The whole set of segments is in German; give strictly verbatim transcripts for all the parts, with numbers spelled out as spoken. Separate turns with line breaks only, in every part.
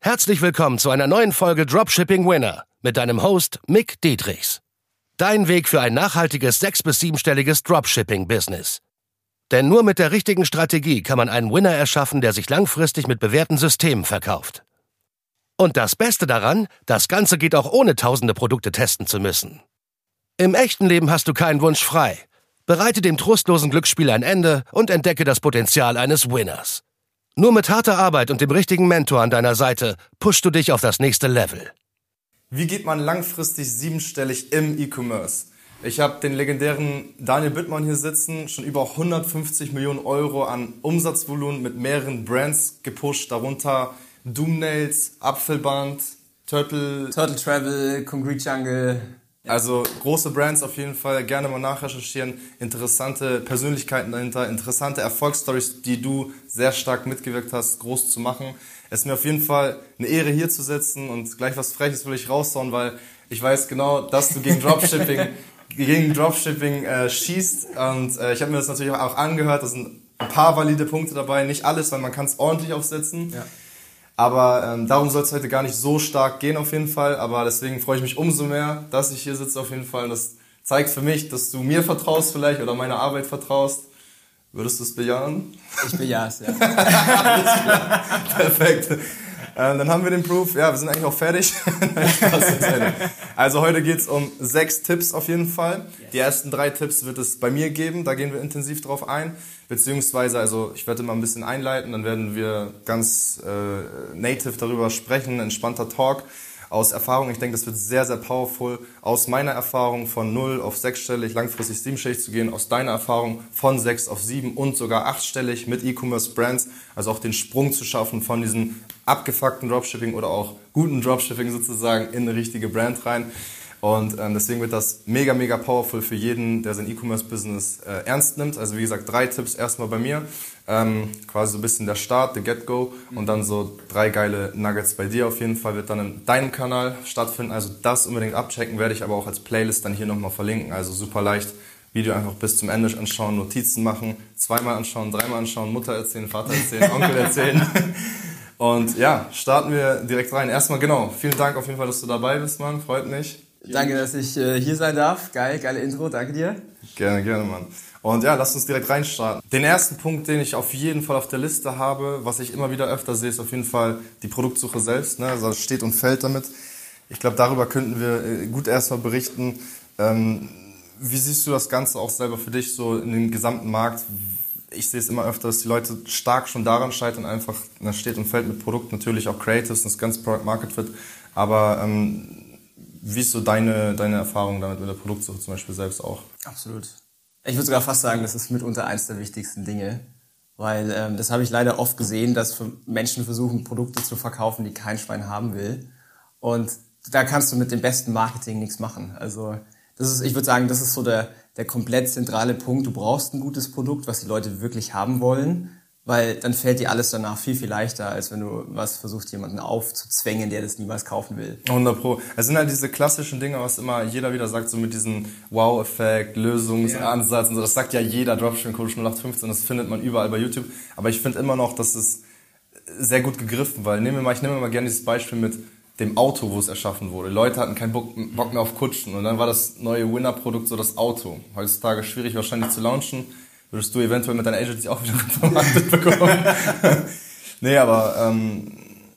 Herzlich willkommen zu einer neuen Folge Dropshipping Winner mit deinem Host Mick Dietrichs. Dein Weg für ein nachhaltiges sechs- bis siebenstelliges Dropshipping-Business. Denn nur mit der richtigen Strategie kann man einen Winner erschaffen, der sich langfristig mit bewährten Systemen verkauft. Und das Beste daran, das Ganze geht auch ohne tausende Produkte testen zu müssen. Im echten Leben hast du keinen Wunsch frei. Bereite dem trostlosen Glücksspiel ein Ende und entdecke das Potenzial eines Winners. Nur mit harter Arbeit und dem richtigen Mentor an deiner Seite pushst du dich auf das nächste Level.
Wie geht man langfristig siebenstellig im E-Commerce? Ich habe den legendären Daniel Büttmann hier sitzen, schon über hundertfünfzig Millionen Euro an Umsatzvolumen mit mehreren Brands gepusht, darunter Doom Nails, Apfelband, Turtle...
Turtle Travel, Concrete Jungle...
Also große Brands auf jeden Fall, gerne mal nachrecherchieren, interessante Persönlichkeiten dahinter, interessante Erfolgsstories, die du sehr stark mitgewirkt hast, groß zu machen. Es ist mir auf jeden Fall eine Ehre, hier zu sitzen und gleich was Freches will ich raushauen, weil ich weiß genau, dass du gegen Dropshipping, gegen Dropshipping äh, schießt und äh, ich habe mir das natürlich auch angehört, da sind ein paar valide Punkte dabei, nicht alles, weil man kann es ordentlich aufsetzen. Ja. Aber ähm, darum soll es heute gar nicht so stark gehen auf jeden Fall. Aber deswegen freue ich mich umso mehr, dass ich hier sitze auf jeden Fall. Und das zeigt für mich, dass du mir vertraust vielleicht oder meiner Arbeit vertraust. Würdest du es bejahen?
Ich bejahe es, ja.
Alles klar. Perfekt. Ähm, dann haben wir den Proof. Ja, wir sind eigentlich auch fertig. Also heute geht's um sechs Tipps auf jeden Fall. Die ersten drei Tipps wird es bei mir geben. Da gehen wir intensiv drauf ein. Beziehungsweise, also ich werde mal ein bisschen einleiten. Dann werden wir ganz äh, native darüber sprechen. Entspannter Talk aus Erfahrung. Ich denke, das wird sehr, sehr powerful. Aus meiner Erfahrung von null auf sechsstellig, langfristig siebenstellig zu gehen. Aus deiner Erfahrung von sechs auf sieben und sogar achtstellig mit E-Commerce-Brands. Also auch den Sprung zu schaffen von diesem abgefuckten Dropshipping oder auch guten Dropshipping sozusagen in eine richtige Brand rein. Und ähm, deswegen wird das mega, mega powerful für jeden, der sein E-Commerce-Business äh, ernst nimmt. Also wie gesagt, drei Tipps erstmal bei mir. Ähm, quasi so ein bisschen der Start, the Get-Go. Und dann so drei geile Nuggets bei dir auf jeden Fall. Wird dann in deinem Kanal stattfinden. Also das unbedingt abchecken, werde ich aber auch als Playlist dann hier nochmal verlinken. Also super leicht. Video einfach bis zum Ende anschauen, Notizen machen, zweimal anschauen, dreimal anschauen, Mutter erzählen, Vater erzählen, Onkel erzählen. Und ja, starten wir direkt rein. Erstmal genau, vielen Dank auf jeden Fall, dass du dabei bist, Mann. Freut mich.
Danke, dass ich äh, hier sein darf. Geil, geile Intro, danke dir.
Gerne, gerne, Mann. Und ja, lass uns direkt reinstarten. Den ersten Punkt, den ich auf jeden Fall auf der Liste habe, was ich immer wieder öfter sehe, ist auf jeden Fall die Produktsuche selbst. Ne? Also steht und fällt damit. Ich glaube, darüber könnten wir gut erstmal berichten. Ähm, wie siehst du das Ganze auch selber für dich so in dem gesamten Markt? Ich sehe es immer öfter, dass die Leute stark schon daran scheitern, einfach, das steht und fällt mit Produkt, natürlich auch Creatives, das ganze Product Market Fit. Aber ähm, wie ist so deine, deine Erfahrung damit mit der Produktsuche zum Beispiel selbst auch?
Absolut. Ich würde sogar fast sagen, das ist mitunter eins der wichtigsten Dinge, weil ähm, das habe ich leider oft gesehen, dass Menschen versuchen, Produkte zu verkaufen, die kein Schwein haben will. Und da kannst du mit dem besten Marketing nichts machen. Also das ist, ich würde sagen, das ist so der, der komplett zentrale Punkt. Du brauchst ein gutes Produkt, was die Leute wirklich haben wollen, weil dann fällt dir alles danach viel, viel leichter, als wenn du was versuchst, jemanden aufzuzwängen, der das niemals kaufen will.
hundert Pro. Es sind halt diese klassischen Dinge, was immer jeder wieder sagt, so mit diesem Wow-Effekt, Lösungsansatz und so. Das sagt ja jeder Dropshipping-Coach null acht fünfzehn, das findet man überall bei YouTube. Aber ich finde immer noch, dass es sehr gut gegriffen, weil nehmen wir mal, ich nehme mal gerne dieses Beispiel mit dem Auto, wo es erschaffen wurde. Die Leute hatten keinen Bock, Bock mehr auf Kutschen und dann war das neue Winner-Produkt so das Auto. Heutzutage schwierig wahrscheinlich zu launchen. Würdest du eventuell mit deiner Agency auch wieder gut vermarktet bekommen. Nee, aber ähm,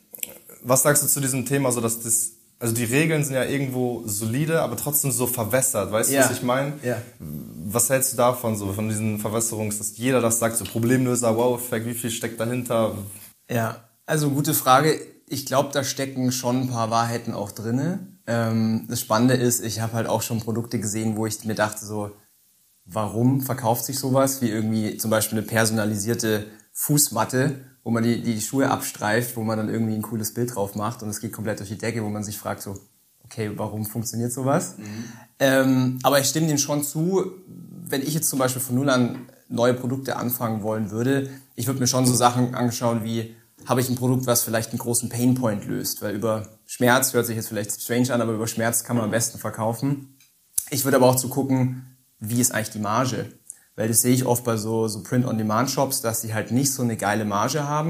was sagst du zu diesem Thema, so dass das, also die Regeln sind ja irgendwo solide, aber trotzdem so verwässert, weißt
ja.
du, was ich meine?
Ja.
Was hältst du davon, so von diesen Verwässerungen, dass jeder das sagt, so Problemlöser, Wow-Effekt, wie viel steckt dahinter?
Ja, also gute Frage. Ich glaube, da stecken schon ein paar Wahrheiten auch drinne. Ähm, das Spannende ist, ich habe halt auch schon Produkte gesehen, wo ich mir dachte so, warum verkauft sich sowas? Wie irgendwie zum Beispiel eine personalisierte Fußmatte, wo man die, die Schuhe abstreift, wo man dann irgendwie ein cooles Bild drauf macht und es geht komplett durch die Decke, wo man sich fragt so, okay, warum funktioniert sowas? Mhm. Ähm, aber ich stimme dem schon zu, wenn ich jetzt zum Beispiel von null an neue Produkte anfangen wollen würde, ich würde mir schon so Sachen anschauen wie, habe ich ein Produkt, was vielleicht einen großen Painpoint löst, weil über Schmerz, hört sich jetzt vielleicht strange an, aber über Schmerz kann man am besten verkaufen. Ich würde aber auch zu gucken, wie ist eigentlich die Marge? Weil das sehe ich oft bei so, so Print-on-Demand-Shops, dass sie halt nicht so eine geile Marge haben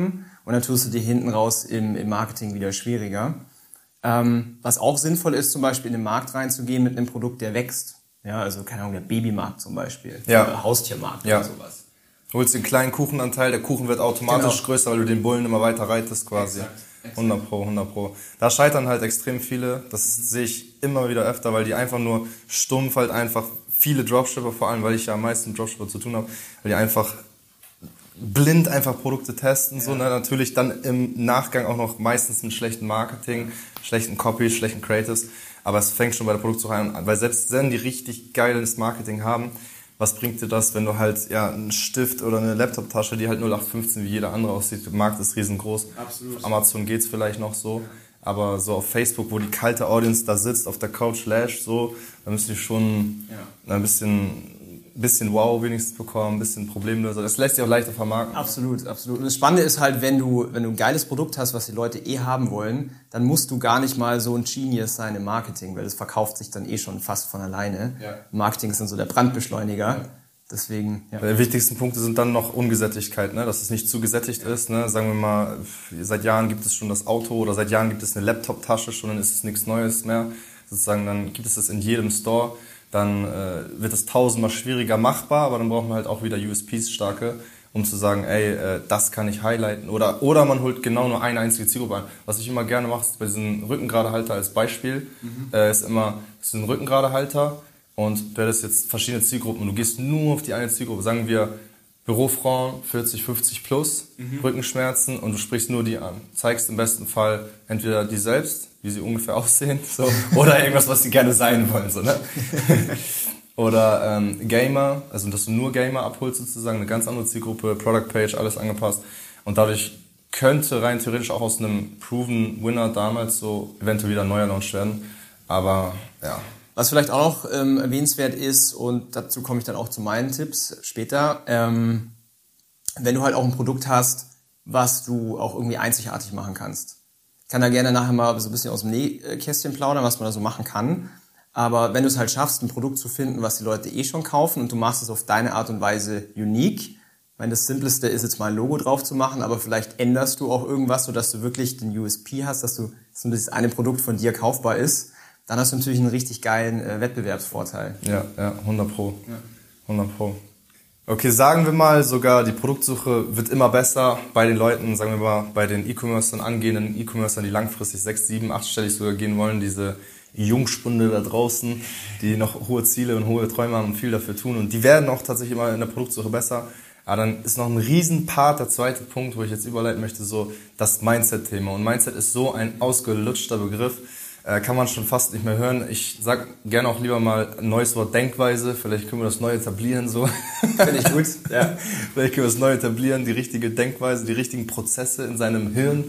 und dann tust du dir hinten raus im, im Marketing wieder schwieriger. Ähm, was auch sinnvoll ist, zum Beispiel in den Markt reinzugehen mit einem Produkt, der wächst. Ja, also keine Ahnung, der Babymarkt zum Beispiel,
ja.
oder Haustiermarkt
ja.
oder sowas.
Du holst den kleinen Kuchenanteil, der Kuchen wird automatisch genau. größer, weil du den Bullen immer weiter reitest quasi. Exakt. Exakt. hundert Pro, hundert Pro. Da scheitern halt extrem viele, das mhm. sehe ich immer wieder öfter, weil die einfach nur stumpf halt einfach, viele Dropshipper, vor allem weil ich ja am meisten mit Dropshipper zu tun habe, weil die einfach blind einfach Produkte testen, ja. so, ne? Natürlich dann im Nachgang auch noch meistens mit schlechten Marketing, schlechten Copy, schlechten Creatives, aber es fängt schon bei der Produktsuche an, weil selbst wenn die richtig geiles Marketing haben, was bringt dir das, wenn du halt ja einen Stift oder eine Laptop-Tasche, die halt null acht fünfzehn wie jeder andere aussieht, der Markt ist riesengroß. Absolut. Auf Amazon geht's vielleicht noch so, ja. aber so auf Facebook, wo die kalte Audience da sitzt, auf der Couch lasht, so, da müsst ihr schon ja. ein bisschen bisschen Wow wenigstens bekommen, ein bisschen Problemlöser. Das lässt sich auch leichter vermarkten.
Absolut, absolut. Und das Spannende ist halt, wenn du, wenn du ein geiles Produkt hast, was die Leute eh haben wollen, dann musst du gar nicht mal so ein Genius sein im Marketing, weil das verkauft sich dann eh schon fast von alleine. Ja. Marketing ist dann so der Brandbeschleuniger. Ja. Deswegen, ja.
Die wichtigsten Punkte sind dann noch Ungesättigkeit, ne? Dass es nicht zu gesättigt ja. ist. Ne? Sagen wir mal, seit Jahren gibt es schon das Auto oder seit Jahren gibt es eine Laptop-Tasche schon, dann ist es nichts Neues mehr. Sozusagen, dann gibt es das in jedem Store. Dann äh, wird es tausendmal schwieriger machbar, aber dann braucht man halt auch wieder U S Ps starke, um zu sagen, ey, äh, das kann ich highlighten. Oder, oder man holt genau nur eine einzige Zielgruppe an. Was ich immer gerne mache, ist bei diesem Rückengeradehalter als Beispiel, mhm. äh, ist immer, das ist ein Rückengeradehalter und du hättest jetzt verschiedene Zielgruppen und du gehst nur auf die eine Zielgruppe. Sagen wir Bürofrauen, vierzig, fünfzig plus, mhm. Rückenschmerzen und du sprichst nur die an. Zeigst im besten Fall entweder die selbst, wie sie ungefähr aussehen, so, oder irgendwas, was sie gerne sein wollen, so, ne? Oder ähm, Gamer, also dass du nur Gamer abholst sozusagen, eine ganz andere Zielgruppe, Product Page, alles angepasst. Und dadurch könnte rein theoretisch auch aus einem Proven Winner damals so eventuell wieder ein neuer Launch werden. Aber ja.
Was vielleicht auch noch ähm, erwähnenswert ist, und dazu komme ich dann auch zu meinen Tipps später, ähm, wenn du halt auch ein Produkt hast, was du auch irgendwie einzigartig machen kannst. Ich kann da gerne nachher mal so ein bisschen aus dem Nähkästchen plaudern, was man da so machen kann. Aber wenn du es halt schaffst, ein Produkt zu finden, was die Leute eh schon kaufen und du machst es auf deine Art und Weise unique. Ich meine, das Simpleste ist jetzt mal ein Logo drauf zu machen, aber vielleicht änderst du auch irgendwas, sodass du wirklich den U S P hast, dass du, dass dieses eine Produkt von dir kaufbar ist. Dann hast du natürlich einen richtig geilen äh, Wettbewerbsvorteil.
Ja, ja, hundert Pro. Ja. hundert Pro. Okay, sagen wir mal sogar, die Produktsuche wird immer besser bei den Leuten, sagen wir mal, bei den E-Commercern, angehenden E-Commercern, die langfristig sechs, sieben, achtstellig sogar gehen wollen, diese Jungspunde da draußen, die noch hohe Ziele und hohe Träume haben und viel dafür tun. Und die werden auch tatsächlich immer in der Produktsuche besser. Aber dann ist noch ein Riesenpart, der zweite Punkt, wo ich jetzt überleiten möchte, so das Mindset-Thema. Und Mindset ist so ein ausgelutschter Begriff, äh, kann man schon fast nicht mehr hören. Ich sag gerne auch lieber mal ein neues Wort Denkweise. Vielleicht können wir das neu etablieren, so.
Finde ich gut, ja.
Vielleicht können wir das neu etablieren, die richtige Denkweise, die richtigen Prozesse in seinem Hirn.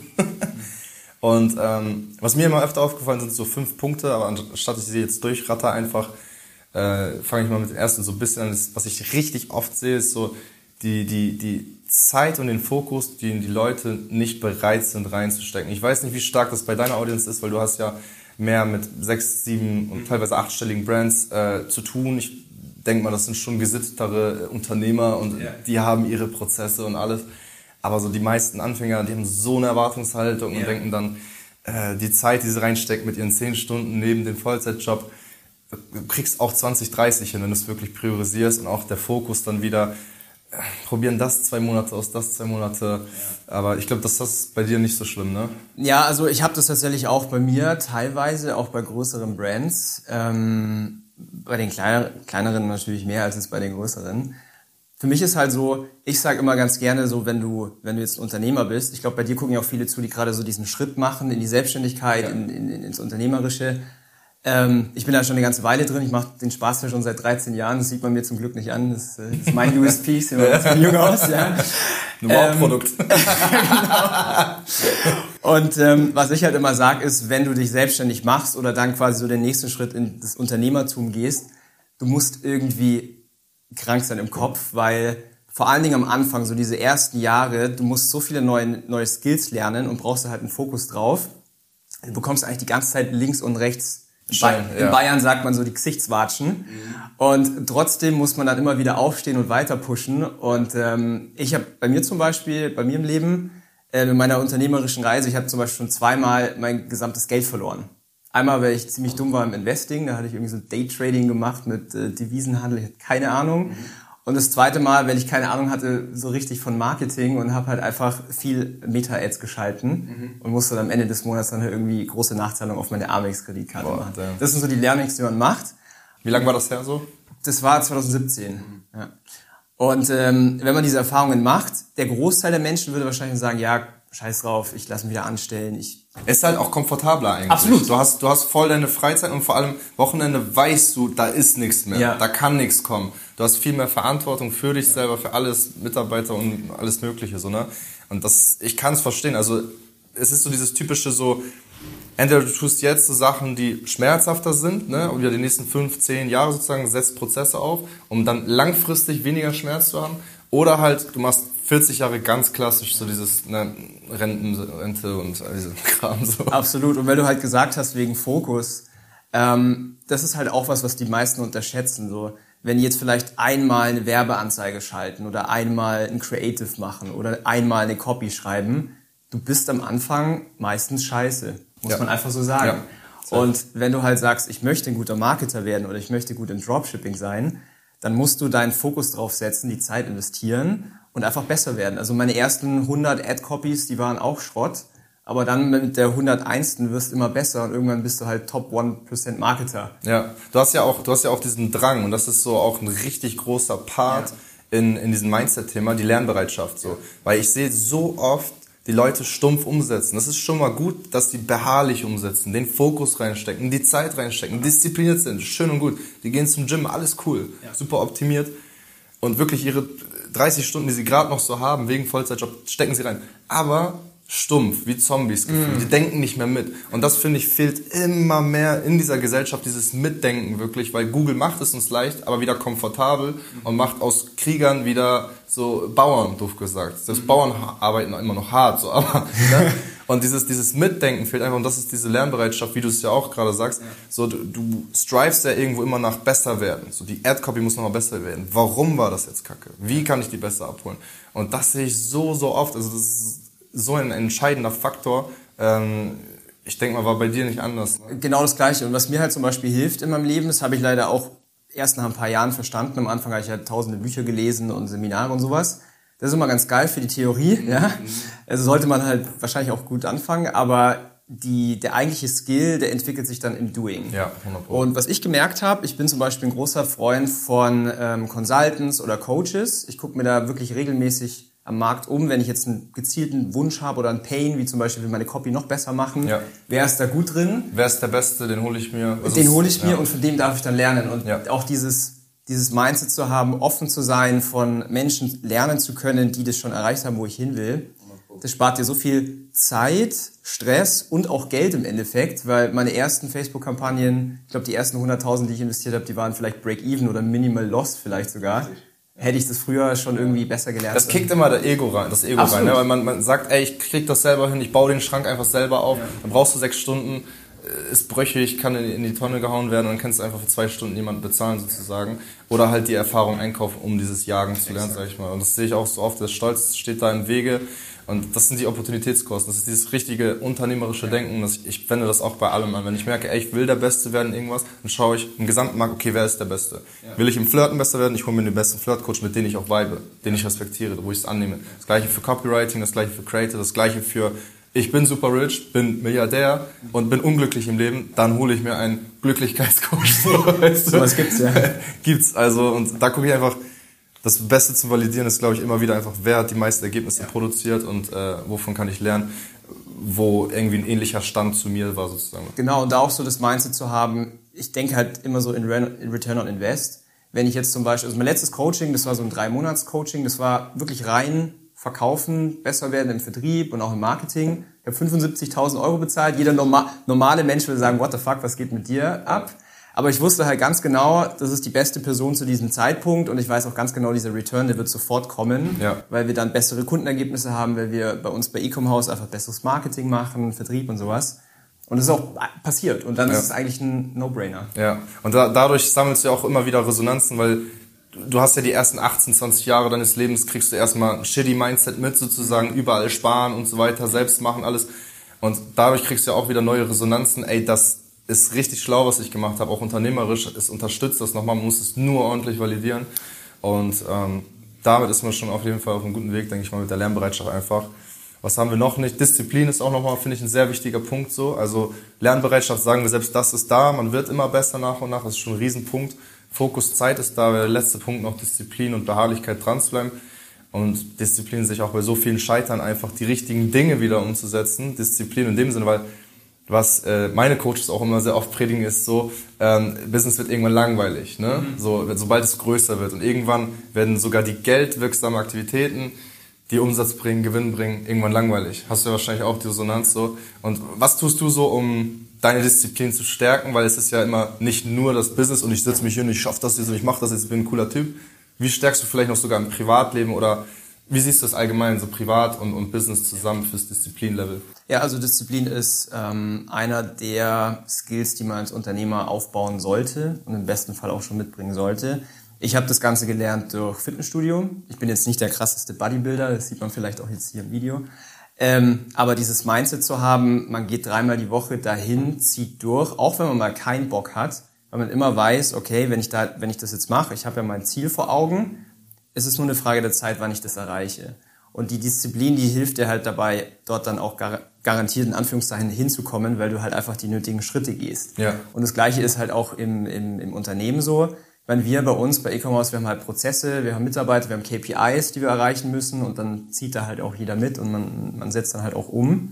Und ähm, was mir immer öfter aufgefallen sind, so fünf Punkte, aber anstatt ich sie jetzt durchratter, einfach äh, fange ich mal mit dem ersten so ein bisschen an. Das, was ich richtig oft sehe, ist so die, die, die Zeit und den Fokus, den die Leute nicht bereit sind reinzustecken. Ich weiß nicht, wie stark das bei deiner Audience ist, weil du hast ja mehr mit sechs, sieben und teilweise achtstelligen Brands äh, zu tun. Ich denke mal, das sind schon gesittetere Unternehmer und ja. die haben ihre Prozesse und alles. Aber so die meisten Anfänger, die haben so eine Erwartungshaltung ja. und denken dann, äh, die Zeit, die sie reinsteckt mit ihren zehn Stunden neben dem Vollzeitjob, du kriegst auch zwanzig, dreißig hin, wenn du es wirklich priorisierst und auch der Fokus dann wieder, äh, probieren das zwei Monate aus, das zwei Monate. Ja. Aber ich glaube, das ist bei dir nicht so schlimm, ne?
Ja, also ich habe das tatsächlich auch bei mir, teilweise auch bei größeren Brands. Ähm, bei den kleiner, kleineren natürlich mehr als jetzt bei den größeren. Für mich ist halt so, ich sage immer ganz gerne so, wenn du wenn du jetzt Unternehmer bist, ich glaube, bei dir gucken ja auch viele zu, die gerade so diesen Schritt machen in die Selbstständigkeit, ja. in, in, ins Unternehmerische. Ähm, ich bin da schon eine ganze Weile drin, ich mache den Spaß ja schon seit dreizehn Jahren, das sieht man mir zum Glück nicht an, das, das ist mein U S P, sieht man ja. jung aus. Ja.
Ein Wow-Produkt.
Ähm, genau. Und ähm, was ich halt immer sage, ist, wenn du dich selbstständig machst oder dann quasi so den nächsten Schritt in das Unternehmertum gehst, du musst irgendwie krank sein im Kopf, weil vor allen Dingen am Anfang, so diese ersten Jahre, du musst so viele neue, neue Skills lernen und brauchst da halt einen Fokus drauf. Du bekommst eigentlich die ganze Zeit links und rechts, Schein, in ja. Bayern sagt man so die Gesichtswatschen. Mhm. Und trotzdem muss man dann immer wieder aufstehen und weiter pushen. Und ähm, ich habe bei mir zum Beispiel, bei mir im Leben, äh, in meiner unternehmerischen Reise, ich habe zum Beispiel schon zweimal mein gesamtes Geld verloren. Einmal, weil ich ziemlich dumm war im Investing, da hatte ich irgendwie so Daytrading gemacht mit äh, Devisenhandel, ich hatte keine Ahnung. Mhm. Und das zweite Mal, weil ich keine Ahnung hatte so richtig von Marketing und habe halt einfach viel Meta-Ads geschalten mhm. und musste dann am Ende des Monats dann halt irgendwie große Nachzahlungen auf meine Amex-Kreditkarte machen. Damn. Das sind so die Learnings, die man macht.
Wie lange war das her so?
Das war zwanzig siebzehn. Mhm. Ja. Und ähm, wenn man diese Erfahrungen macht, der Großteil der Menschen würde wahrscheinlich sagen, ja, scheiß drauf, ich lasse mich wieder anstellen. Ich
Es ist halt auch komfortabler eigentlich.
Absolut.
Du hast, du hast voll deine Freizeit und vor allem Wochenende weißt du, da ist nichts mehr. Ja. Da kann nichts kommen. Du hast viel mehr Verantwortung für dich selber, für alles, Mitarbeiter und alles Mögliche, so, ne? Und das, ich kann es verstehen. Also, es ist so dieses typische so, entweder du tust jetzt so Sachen, die schmerzhafter sind, ne? Und wieder die nächsten fünf, zehn Jahre sozusagen setzt Prozesse auf, um dann langfristig weniger Schmerz zu haben. Oder halt, du machst vierzig Jahre ganz klassisch, so dieses ne, Renten, Rente und all diese Kram. So.
Absolut. Und weil du halt gesagt hast, wegen Fokus, ähm, das ist halt auch was, was die meisten unterschätzen. So, wenn die jetzt vielleicht einmal eine Werbeanzeige schalten oder einmal ein Creative machen oder einmal eine Copy schreiben, du bist am Anfang meistens scheiße. Muss ja. man einfach so sagen. Ja. Und wenn du halt sagst, ich möchte ein guter Marketer werden oder ich möchte gut im Dropshipping sein, dann musst du deinen Fokus drauf setzen, die Zeit investieren und einfach besser werden. Also meine ersten hundert Ad-Copies, die waren auch Schrott, aber dann mit der hunderteins. wirst du immer besser und irgendwann bist du halt Top one Prozent Marketer.
Ja, du hast ja auch, du hast ja auch diesen Drang und das ist so auch ein richtig großer Part ja. in, in diesem Mindset-Thema, die Lernbereitschaft so. Weil ich sehe so oft die Leute stumpf umsetzen. Das ist schon mal gut, dass die beharrlich umsetzen, den Fokus reinstecken, die Zeit reinstecken, diszipliniert sind, schön und gut. Die gehen zum Gym, alles cool, ja. super optimiert und wirklich ihre dreißig Stunden, die sie gerade noch so haben, wegen Vollzeitjob, stecken sie rein. Aber stumpf, wie Zombies gefühlt. Mm. Die denken nicht mehr mit. Und das, finde ich, fehlt immer mehr in dieser Gesellschaft, dieses Mitdenken wirklich, weil Google macht es uns leicht, aber wieder komfortabel mm. und macht aus Kriegern wieder so Bauern, doof gesagt. Das mm. Bauern arbeiten immer noch hart, so, aber, ne? Und dieses, dieses Mitdenken fehlt einfach, und das ist diese Lernbereitschaft, wie du es ja auch gerade sagst. Ja. So, du, du strivest ja irgendwo immer nach besser werden. So, die Ad-Copy muss nochmal besser werden. Warum war das jetzt kacke? Wie kann ich die besser abholen? Und das sehe ich so, so oft. Also, das ist so ein entscheidender Faktor. Ähm, ich denke mal, war bei dir nicht anders. Ne?
Genau das Gleiche. Und was mir halt zum Beispiel hilft in meinem Leben, das habe ich leider auch erst nach ein paar Jahren verstanden. Am Anfang habe ich halt tausende Bücher gelesen und Seminare und sowas. Das ist immer ganz geil für die Theorie. Mhm. Ja? Also sollte man halt wahrscheinlich auch gut anfangen. Aber die, der eigentliche Skill, der entwickelt sich dann im Doing.
Ja, hundert Prozent.
Und was ich gemerkt habe, ich bin zum Beispiel ein großer Freund von ähm, Consultants oder Coaches. Ich gucke mir da wirklich regelmäßig am Markt um, wenn ich jetzt einen gezielten Wunsch habe oder einen Pain, wie zum Beispiel, will meine Copy noch besser machen, ja. wer ist da gut drin?
Wer ist der Beste, den hole ich mir.
Was den hole ich mir ja. und von dem darf ich dann lernen. Und ja. auch dieses, dieses Mindset zu haben, offen zu sein, von Menschen lernen zu können, die das schon erreicht haben, wo ich hin will. Das spart dir so viel Zeit, Stress und auch Geld im Endeffekt, weil meine ersten Facebook-Kampagnen, ich glaube die ersten hunderttausend, die ich investiert habe, die waren vielleicht Break-Even oder Minimal Loss vielleicht sogar. Hätte ich das früher schon irgendwie besser gelernt.
Das kickt immer das Ego rein, das Ego rein, ne? Weil man, man sagt, ey, ich krieg das selber hin, ich baue den Schrank einfach selber auf, ja. Dann brauchst du sechs Stunden, ist bröchig, kann in die Tonne gehauen werden und dann kannst du einfach für zwei Stunden jemanden bezahlen sozusagen. Oder halt die Erfahrung einkaufen, um dieses Jagen zu lernen, sag ich mal. Und das sehe ich auch so oft, der Stolz steht da im Wege. Und das sind die Opportunitätskosten, das ist dieses richtige unternehmerische ja. Denken. Das, ich wende das auch bei allem an. Wenn ich merke, ey, ich will der Beste werden in irgendwas, dann schaue ich im gesamten Markt, okay, wer ist der Beste? Ja. Will ich im Flirten besser werden? Ich hole mir den besten Flirtcoach, mit dem ich auch vibe, den ich respektiere, wo ich es annehme. Das gleiche für Copywriting, das gleiche für Creator, das gleiche für ich bin super rich, bin Milliardär und bin unglücklich im Leben, dann hole ich mir einen Glücklichkeitscoach. So, weißt du?
So was gibt's ja.
Gibt's also und da gucke ich einfach, das Beste zu validieren ist, glaube ich, immer wieder einfach, wer hat die meisten Ergebnisse ja. produziert und äh, wovon kann ich lernen, wo irgendwie ein ähnlicher Stand zu mir war sozusagen.
Genau, und da auch so das Mindset zu haben, ich denke halt immer so in Return on Invest. Wenn ich jetzt zum Beispiel, also mein letztes Coaching, das war so ein Drei-Monats-Coaching, das war wirklich rein verkaufen, besser werden im Vertrieb und auch im Marketing. Ich habe fünfundsiebzigtausend Euro bezahlt. Jeder norma- normale Mensch würde sagen, what the fuck, was geht mit dir ab? Aber ich wusste halt ganz genau, das ist die beste Person zu diesem Zeitpunkt und ich weiß auch ganz genau, dieser Return, der wird sofort kommen, ja. weil wir dann bessere Kundenergebnisse haben, weil wir bei uns bei Ecom House einfach besseres Marketing machen, Vertrieb und sowas. Und das ist auch passiert und dann ja. ist es eigentlich ein No-Brainer.
Ja, und da, dadurch sammelst du auch immer wieder Resonanzen, weil du hast ja die ersten achtzehn, zwanzig Jahre deines Lebens, kriegst du erstmal ein shitty Mindset mit sozusagen, überall sparen und so weiter, selbst machen, alles. Und dadurch kriegst du ja auch wieder neue Resonanzen. Ey, das ist richtig schlau, was ich gemacht habe, auch unternehmerisch. Es unterstützt das nochmal, man muss es nur ordentlich validieren. Und ähm, damit ist man schon auf jeden Fall auf einem guten Weg, denke ich mal, mit der Lernbereitschaft einfach. Was haben wir noch nicht? Disziplin ist auch nochmal, finde ich, ein sehr wichtiger Punkt so. Also Lernbereitschaft, sagen wir selbst, das ist da, man wird immer besser nach und nach, das ist schon ein Riesenpunkt. Fokus, Zeit ist da, der letzte Punkt noch Disziplin und Beharrlichkeit, dran zu bleiben. Und Disziplin, sich auch bei so vielen Scheitern einfach die richtigen Dinge wieder umzusetzen. Disziplin in dem Sinne, weil was äh, meine Coaches auch immer sehr oft predigen, ist so, ähm, Business wird irgendwann langweilig, ne? Mhm. So, sobald es größer wird. Und irgendwann werden sogar die geldwirksamen Aktivitäten, die Umsatz bringen, Gewinn bringen, irgendwann langweilig. Hast du ja wahrscheinlich auch die Resonanz so. Und was tust du so, um deine Disziplin zu stärken? Weil es ist ja immer nicht nur das Business und ich setze mich hier und ich schaffe das jetzt und ich mache das jetzt, ich bin ein cooler Typ. Wie stärkst du vielleicht noch sogar im Privatleben oder wie siehst du das allgemein, so Privat und, und Business zusammen fürs Disziplinlevel?
Ja, also Disziplin ist ähm, einer der Skills, die man als Unternehmer aufbauen sollte und im besten Fall auch schon mitbringen sollte. Ich habe das Ganze gelernt durch Fitnessstudio. Ich bin jetzt nicht der krasseste Bodybuilder, das sieht man vielleicht auch jetzt hier im Video. Ähm, aber dieses Mindset zu haben, man geht dreimal die Woche dahin, zieht durch, auch wenn man mal keinen Bock hat, weil man immer weiß, okay, wenn ich da, wenn ich das jetzt mache, ich habe ja mein Ziel vor Augen, es ist nur eine Frage der Zeit, wann ich das erreiche. Und die Disziplin, die hilft dir halt dabei, dort dann auch gar, garantiert in Anführungszeichen hinzukommen, weil du halt einfach die nötigen Schritte gehst. Ja. Und das Gleiche ist halt auch im, im, im Unternehmen so. Wenn wir bei uns, bei E-Commerce, wir haben halt Prozesse, wir haben Mitarbeiter, wir haben K P Is, die wir erreichen müssen und dann zieht da halt auch jeder mit und man, man setzt dann halt auch um.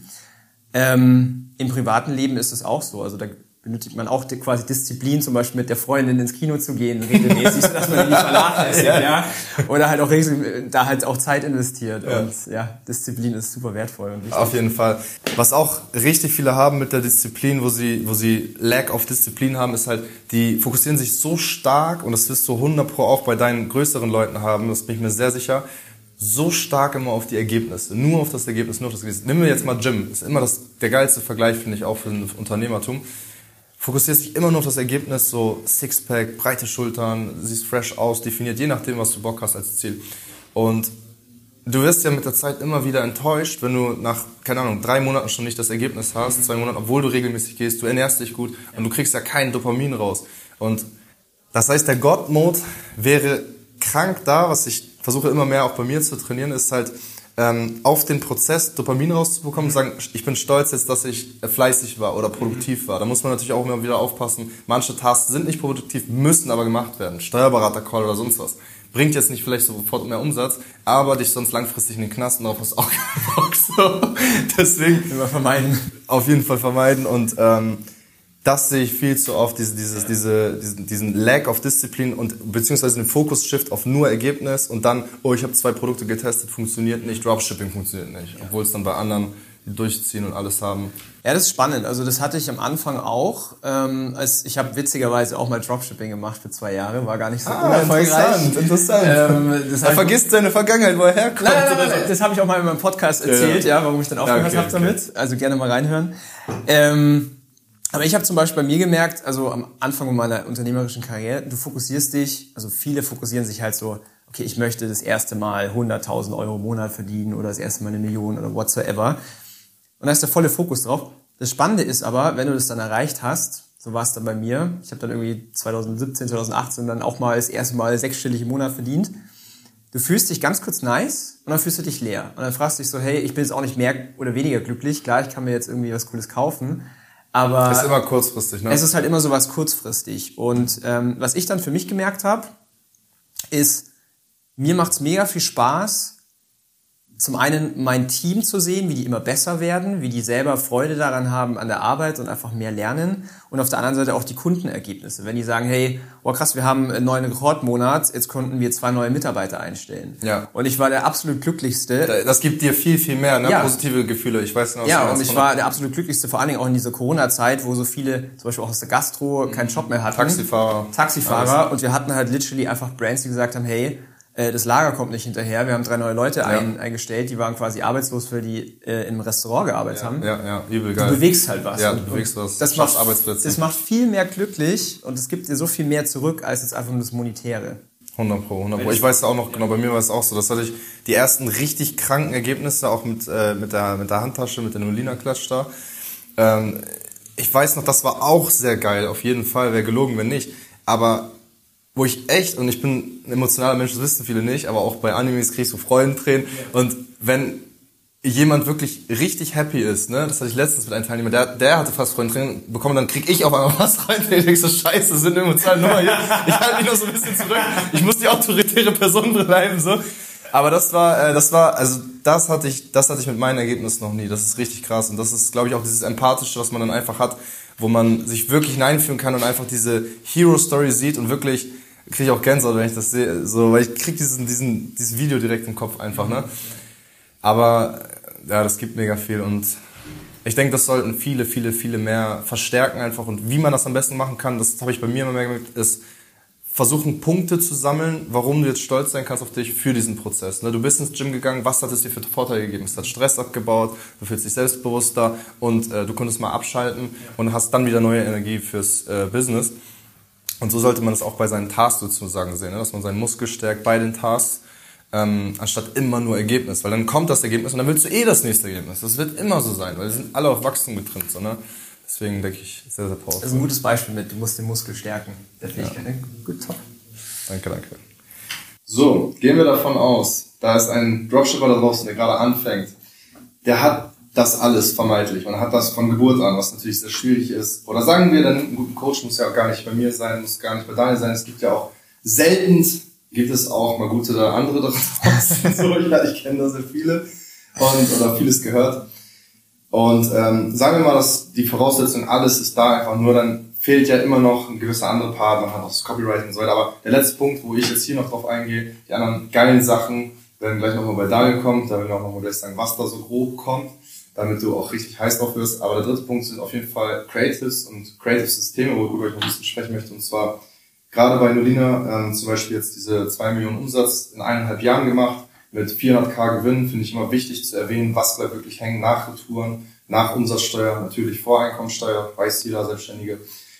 Ähm, im privaten Leben ist es auch so. Also da benötigt man auch die, quasi Disziplin, zum Beispiel mit der Freundin ins Kino zu gehen, regelmäßig, dass man die nicht vernachlässigt, ja. Oder halt auch da halt auch Zeit investiert. Ja. Und ja, Disziplin ist super wertvoll und wichtig.
Auf jeden Fall. Was auch richtig viele haben mit der Disziplin, wo sie, wo sie Lack of Disziplin haben, ist halt, die fokussieren sich so stark, und das wirst du hundert Pro auch bei deinen größeren Leuten haben, das bin ich mir sehr sicher, so stark immer auf die Ergebnisse, nur auf das Ergebnis, nur auf das Ergebnis. Nehmen wir jetzt mal Gym, ist immer das, der geilste Vergleich, finde ich, auch für ein Unternehmertum. Fokussierst dich immer nur auf das Ergebnis, so Sixpack, breite Schultern, siehst fresh aus, definiert, je nachdem, was du Bock hast als Ziel. Und du wirst ja mit der Zeit immer wieder enttäuscht, wenn du nach, keine Ahnung, drei Monaten schon nicht das Ergebnis hast, zwei Monaten, obwohl du regelmäßig gehst, du ernährst dich gut und du kriegst ja kein Dopamin raus. Und das heißt, der God-Mode wäre krank da, was ich versuche immer mehr auch bei mir zu trainieren, ist halt, Ähm, auf den Prozess Dopamin rauszubekommen und sagen, ich bin stolz jetzt, dass ich fleißig war oder produktiv war. Da muss man natürlich auch immer wieder aufpassen. Manche Tasks sind nicht produktiv, müssen aber gemacht werden. Steuerberater-Call oder sonst was. Bringt jetzt nicht vielleicht sofort mehr Umsatz, aber dich sonst langfristig in den Knast und darauf hast du auch keinen Bock. So. Deswegen
immer vermeiden.
Auf jeden Fall vermeiden und ähm, das sehe ich viel zu oft, diese, dieses, diese, diesen, diesen Lack of Disziplin und beziehungsweise den Fokus-Shift auf nur Ergebnis und dann, oh, ich habe zwei Produkte getestet, funktioniert nicht, Dropshipping funktioniert nicht, obwohl es dann bei anderen die durchziehen und alles haben.
Ja, das ist spannend. Also das hatte ich am Anfang auch. Ähm, als ich habe witzigerweise auch mal Dropshipping gemacht für zwei Jahre, war gar nicht so
ah, unerfolgreich. Interessant, interessant. Ähm, das da vergisst deine Vergangenheit, wo er herkommt.
Nein, nein, nein, nein, das habe ich auch mal in meinem Podcast erzählt, ja, ja. ja warum ich dann aufgehört ja, okay, habe damit. Okay. Also gerne mal reinhören. Ähm, Aber ich habe zum Beispiel bei mir gemerkt, also am Anfang meiner unternehmerischen Karriere, du fokussierst dich, also viele fokussieren sich halt so, okay, ich möchte das erste Mal hunderttausend Euro im Monat verdienen oder das erste Mal eine Million oder whatsoever. Und da ist der volle Fokus drauf. Das Spannende ist aber, wenn du das dann erreicht hast, so war es dann bei mir, ich habe dann irgendwie zwanzig siebzehn, zwanzig achtzehn dann auch mal das erste Mal sechsstellig im Monat verdient. Du fühlst dich ganz kurz nice und dann fühlst du dich leer. Und dann fragst du dich so, hey, ich bin jetzt auch nicht mehr oder weniger glücklich, klar, ich kann mir jetzt irgendwie was Cooles kaufen, aber
ist immer kurzfristig, ne?
Es ist halt immer so was kurzfristig. Und ähm, was ich dann für mich gemerkt habe, ist, mir macht's mega viel Spaß, zum einen mein Team zu sehen, wie die immer besser werden, wie die selber Freude daran haben an der Arbeit und einfach mehr lernen. Und auf der anderen Seite auch die Kundenergebnisse. Wenn die sagen, hey, oh krass, wir haben einen neuen Rekordmonat, jetzt konnten wir zwei neue Mitarbeiter einstellen. Ja. Und ich war der absolut glücklichste.
Das gibt dir viel, viel mehr, ne? Ja. Positive Gefühle. Ich weiß noch,
ja, und ich war der absolut glücklichste, vor allen Dingen auch in dieser Corona-Zeit, wo so viele, zum Beispiel auch aus der Gastro, keinen Job mehr hatten.
Taxifahrer.
Taxifahrer. Alles. Und wir hatten halt literally einfach Brands, die gesagt haben, hey, das Lager kommt nicht hinterher. Wir haben drei neue Leute ja. ein, eingestellt, die waren quasi arbeitslos, weil die äh, im Restaurant gearbeitet
ja,
haben.
Ja, ja, übel geil.
Du bewegst halt was.
Ja, du bewegst was.
Das macht, das macht viel mehr glücklich und es gibt dir so viel mehr zurück als jetzt einfach nur das Monetäre.
hundert Pro, hundert Pro. Ich weiß auch noch, genau, bei mir war es auch so, das hatte ich die ersten richtig kranken Ergebnisse, auch mit, äh, mit, der, mit der Handtasche, mit der Nolina-Klatsch da. Ähm, ich weiß noch, das war auch sehr geil, auf jeden Fall, wäre gelogen, wenn nicht. Aber wo ich echt, und ich bin ein emotionaler Mensch, das wissen viele nicht, aber auch bei Animes kriege ich so Freudentränen. Ja. Und wenn jemand wirklich richtig happy ist, ne, das hatte ich letztens mit einem Teilnehmer, der, der hatte fast Freudentränen bekommen, dann krieg ich auf einmal was Freudentränen. Ich denke so, scheiße, das sind emotionale Nummer hier. Ich halte mich noch so ein bisschen zurück. Ich muss die autoritäre Person bleiben, so. Aber das war, äh, das war, also das hatte ich, das hatte ich mit meinen Ergebnissen noch nie. Das ist richtig krass. Und das ist, glaube ich, auch dieses Empathische, was man dann einfach hat, wo man sich wirklich hineinfühlen kann und einfach diese Hero-Story sieht und wirklich, kriege ich auch Gänsehaut, wenn ich das sehe, so, weil ich krieg diesen, diesen, dieses Video direkt im Kopf einfach, ne. Aber, ja, das gibt mega viel und ich denke, das sollten viele, viele, viele mehr verstärken einfach und wie man das am besten machen kann, das habe ich bei mir immer mehr gemerkt, ist versuchen Punkte zu sammeln, warum du jetzt stolz sein kannst auf dich für diesen Prozess. Du bist ins Gym gegangen, was hat es dir für Vorteile gegeben? Es hat Stress abgebaut, du fühlst dich selbstbewusster und äh, du konntest mal abschalten und hast dann wieder neue Energie fürs äh, Business. Und so sollte man es auch bei seinen Tasks sozusagen sehen, ne? Dass man seinen Muskel stärkt bei den Tasks, ähm, anstatt immer nur Ergebnis. Weil dann kommt das Ergebnis und dann willst du eh das nächste Ergebnis. Das wird immer so sein, weil wir sind alle auf Wachstum getrimmt. So, ne? Deswegen denke ich, sehr, sehr powerful.
Das ist ein gutes Beispiel mit, du musst den Muskel stärken. Der Fähigkeit,
ja.
Gut, top.
Danke, danke. So, gehen wir davon aus, da ist ein Dropshipper da draußen, der gerade anfängt, der hat das alles vermeintlich. Man hat das von Geburt an, was natürlich sehr schwierig ist. Oder sagen wir, dann ein guter Coach muss ja auch gar nicht bei mir sein, muss gar nicht bei Daniel sein. Es gibt ja auch selten, gibt es auch mal gute oder andere da draußen. So, ja, ich kenne da sehr viele und oder vieles gehört. Und ähm, sagen wir mal, dass die Voraussetzung, alles ist da einfach nur, dann fehlt ja immer noch ein gewisser andere Part, man hat auch das Copywriting und so weiter. Aber der letzte Punkt, wo ich jetzt hier noch drauf eingehe, die anderen geilen Sachen werden gleich nochmal bei Daniel kommen, da werden wir auch nochmal gleich sagen, was da so grob kommt, damit du auch richtig heiß drauf wirst. Aber der dritte Punkt sind auf jeden Fall Creatives und Creative-Systeme, worüber ich noch ein bisschen sprechen möchte. Und zwar gerade bei Nolina, ähm, zum Beispiel jetzt diese zwei Millionen Umsatz in eineinhalb Jahren gemacht, mit vierhunderttausend Gewinn, finde ich immer wichtig zu erwähnen, was bleibt wirklich hängen nach Retouren, nach Umsatzsteuer, natürlich Voreinkommensteuer, weiß jeder Selbstständige.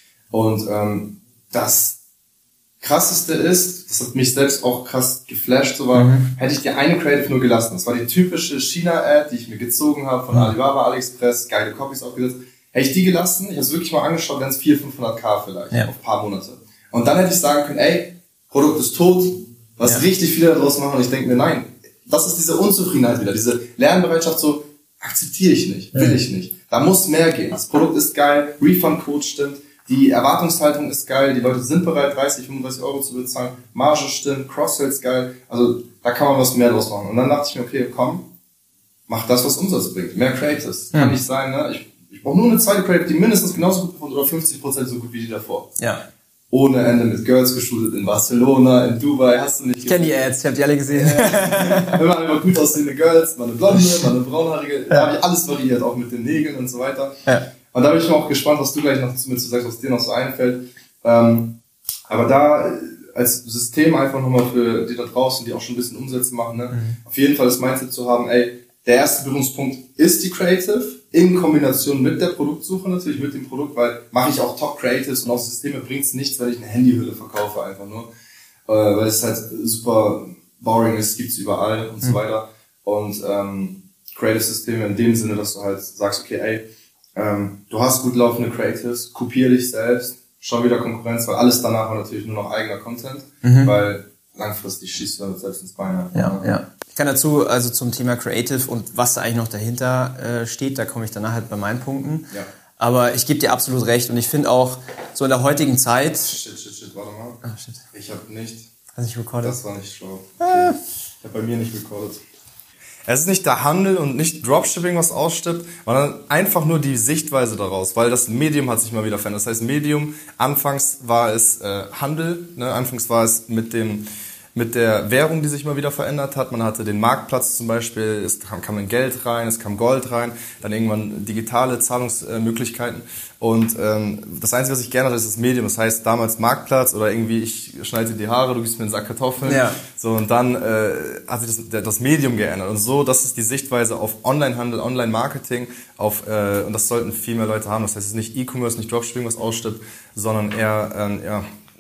Und ähm, das Krasseste ist, das hat mich selbst auch krass geflasht, so war, mhm. hätte ich die eine Creative nur gelassen. Das war die typische China-Ad, die ich mir gezogen habe von mhm. Alibaba, AliExpress, geile Copies aufgesetzt. Hätte ich die gelassen, ich habe es wirklich mal angeschaut, wären es vierhunderttausend, fünfhunderttausend vielleicht, ja. auf ein paar Monate. Und dann hätte ich sagen können, ey, Produkt ist tot, was ja. richtig viele daraus machen. Und ich denke mir, nein, das ist diese Unzufriedenheit wieder, diese Lernbereitschaft, so akzeptiere ich nicht, will ich nicht. Da muss mehr gehen. Das Produkt ist geil, Refund-Code stimmt, die Erwartungshaltung ist geil, die Leute sind bereit, dreißig, fünfunddreißig Euro zu bezahlen, Marge stimmt, Cross-Sale ist geil, also da kann man was mehr draus machen. Und dann dachte ich mir, okay, komm, mach das, was Umsatz bringt. Mehr Creatives. Kann nicht sein, ne? Ich, ich brauche nur eine zweite Creative, die mindestens genauso gut performt oder fünfzig Prozent so gut wie die davor. Ja. Ohne Ende mit Girls geshootet in Barcelona, in Dubai, hast du nicht
gesehen. Ich kenne die Ads, ich habe die alle gesehen.
Immer, immer gut aussehende Girls, mal eine blonde, mal eine braunhaarige, ja. Da habe ich alles variiert, auch mit den Nägeln und so weiter. Ja. Und da bin ich mal auch gespannt, was du gleich noch zu mir zu sagst, was dir noch so einfällt. Ähm, aber da als System einfach nochmal für die da draußen, die auch schon ein bisschen Umsätze machen, ne? Mhm. Auf jeden Fall das Mindset zu haben, ey, der erste Berührungspunkt ist die Creative, in Kombination mit der Produktsuche natürlich, mit dem Produkt, weil mache ich auch Top-Creatives und auch Systeme bringt es nichts, wenn ich eine Handyhülle verkaufe einfach nur, äh, weil es halt super boring ist, gibt's überall und mhm. so weiter. Und ähm, Creative-Systeme in dem Sinne, dass du halt sagst, okay, ey, ähm, du hast gut laufende Creatives, kopier dich selbst, schau wieder Konkurrenz, weil alles danach war natürlich nur noch eigener Content, mhm. weil langfristig schießt du damit selbst ins Bein.
Ja, ja. Ich kann dazu, also zum Thema Creative und was da eigentlich noch dahinter äh, steht, da komme ich danach halt bei meinen Punkten. Ja. Aber ich gebe dir absolut recht und ich finde auch, so in der heutigen Zeit...
Shit, shit, shit, warte mal.
Ah, shit.
Ich habe nicht...
Hast nicht recorded?
Das war nicht schlau. Okay. Ich habe bei mir nicht recorded. Es ist nicht der Handel und nicht Dropshipping, was ausstirbt, sondern einfach nur die Sichtweise daraus, weil das Medium hat sich mal wieder verändert. Das heißt, Medium, anfangs war es äh, Handel, ne? Anfangs war es mit dem mit der Währung, die sich mal wieder verändert hat. Man hatte den Marktplatz zum Beispiel, es kam, kam ein Geld rein, es kam Gold rein, dann irgendwann digitale Zahlungsmöglichkeiten. Und ähm, das Einzige, was sich geändert hat, ist das Medium. Das heißt, damals Marktplatz oder irgendwie, ich schneide dir die Haare, du gibst mir einen Sack Kartoffeln. Ja. So, und dann äh, hat sich das, das Medium geändert. Und so, das ist die Sichtweise auf Online-Handel, Online-Marketing. Auf, äh, und das sollten viel mehr Leute haben. Das heißt, es ist nicht E-Commerce, nicht Dropshipping, was ausstirbt, sondern eher, äh, ja,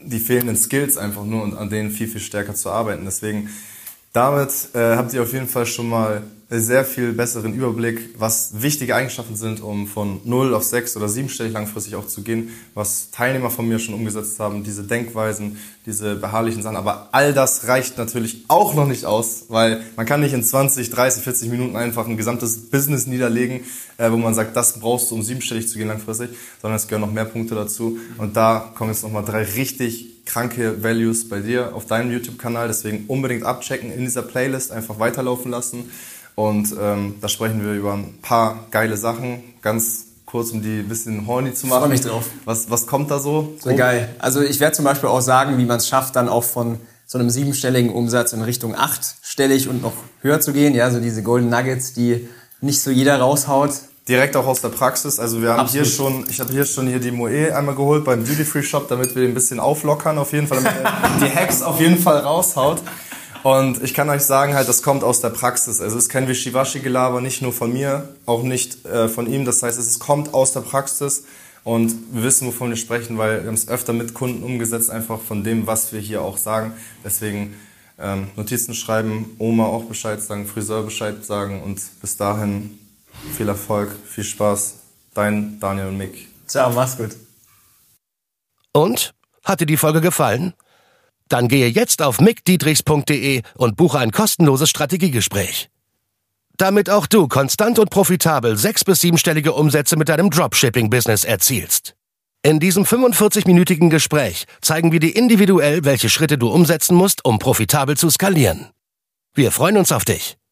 die fehlenden Skills einfach nur und an denen viel, viel stärker zu arbeiten. Deswegen, damit äh, habt ihr auf jeden Fall schon mal einen sehr viel besseren Überblick, was wichtige Eigenschaften sind, um von null auf sechs oder siebenstellig langfristig auch zu gehen, was Teilnehmer von mir schon umgesetzt haben, diese Denkweisen, diese beharrlichen Sachen. Aber all das reicht natürlich auch noch nicht aus, weil man kann nicht in zwanzig, dreißig, vierzig Minuten einfach ein gesamtes Business niederlegen, äh, wo man sagt, das brauchst du, um siebenstellig zu gehen langfristig, sondern es gehören noch mehr Punkte dazu. Und da kommen jetzt nochmal drei richtig kranke Values bei dir auf deinem YouTube-Kanal. Deswegen unbedingt abchecken, in dieser Playlist einfach weiterlaufen lassen. Und ähm, da sprechen wir über ein paar geile Sachen. Ganz kurz, um die ein bisschen horny zu machen.
Ich freue mich drauf.
Was, was kommt da so?
So geil. Also ich werde zum Beispiel auch sagen, wie man es schafft, dann auch von so einem siebenstelligen Umsatz in Richtung achtstellig und noch höher zu gehen. Ja, so diese Golden Nuggets, die nicht so jeder raushaut.
Direkt auch aus der Praxis. Also wir haben
Absolut.
hier schon, ich habe hier schon hier die Moe einmal geholt beim Duty Free Shop, damit wir den ein bisschen auflockern auf jeden Fall, damit er die Hacks auf jeden Fall raushaut. Und ich kann euch sagen, halt, das kommt aus der Praxis. Also es ist kein Wischiwaschi-Gelaber, nicht nur von mir, auch nicht äh, von ihm. Das heißt, es kommt aus der Praxis und wir wissen, wovon wir sprechen, weil wir haben es öfter mit Kunden umgesetzt, einfach von dem, was wir hier auch sagen. Deswegen ähm, Notizen schreiben, Oma auch Bescheid sagen, Friseur Bescheid sagen und bis dahin viel Erfolg, viel Spaß. Dein Daniel und Mick.
Ciao, mach's gut.
Und? Hat dir die Folge gefallen? Dann gehe jetzt auf mick dietrichs punkt de und buche ein kostenloses Strategiegespräch. Damit auch du konstant und profitabel sechs- bis siebenstellige Umsätze mit deinem Dropshipping-Business erzielst. In diesem fünfundvierzig-minütigen Gespräch zeigen wir dir individuell, welche Schritte du umsetzen musst, um profitabel zu skalieren. Wir freuen uns auf dich.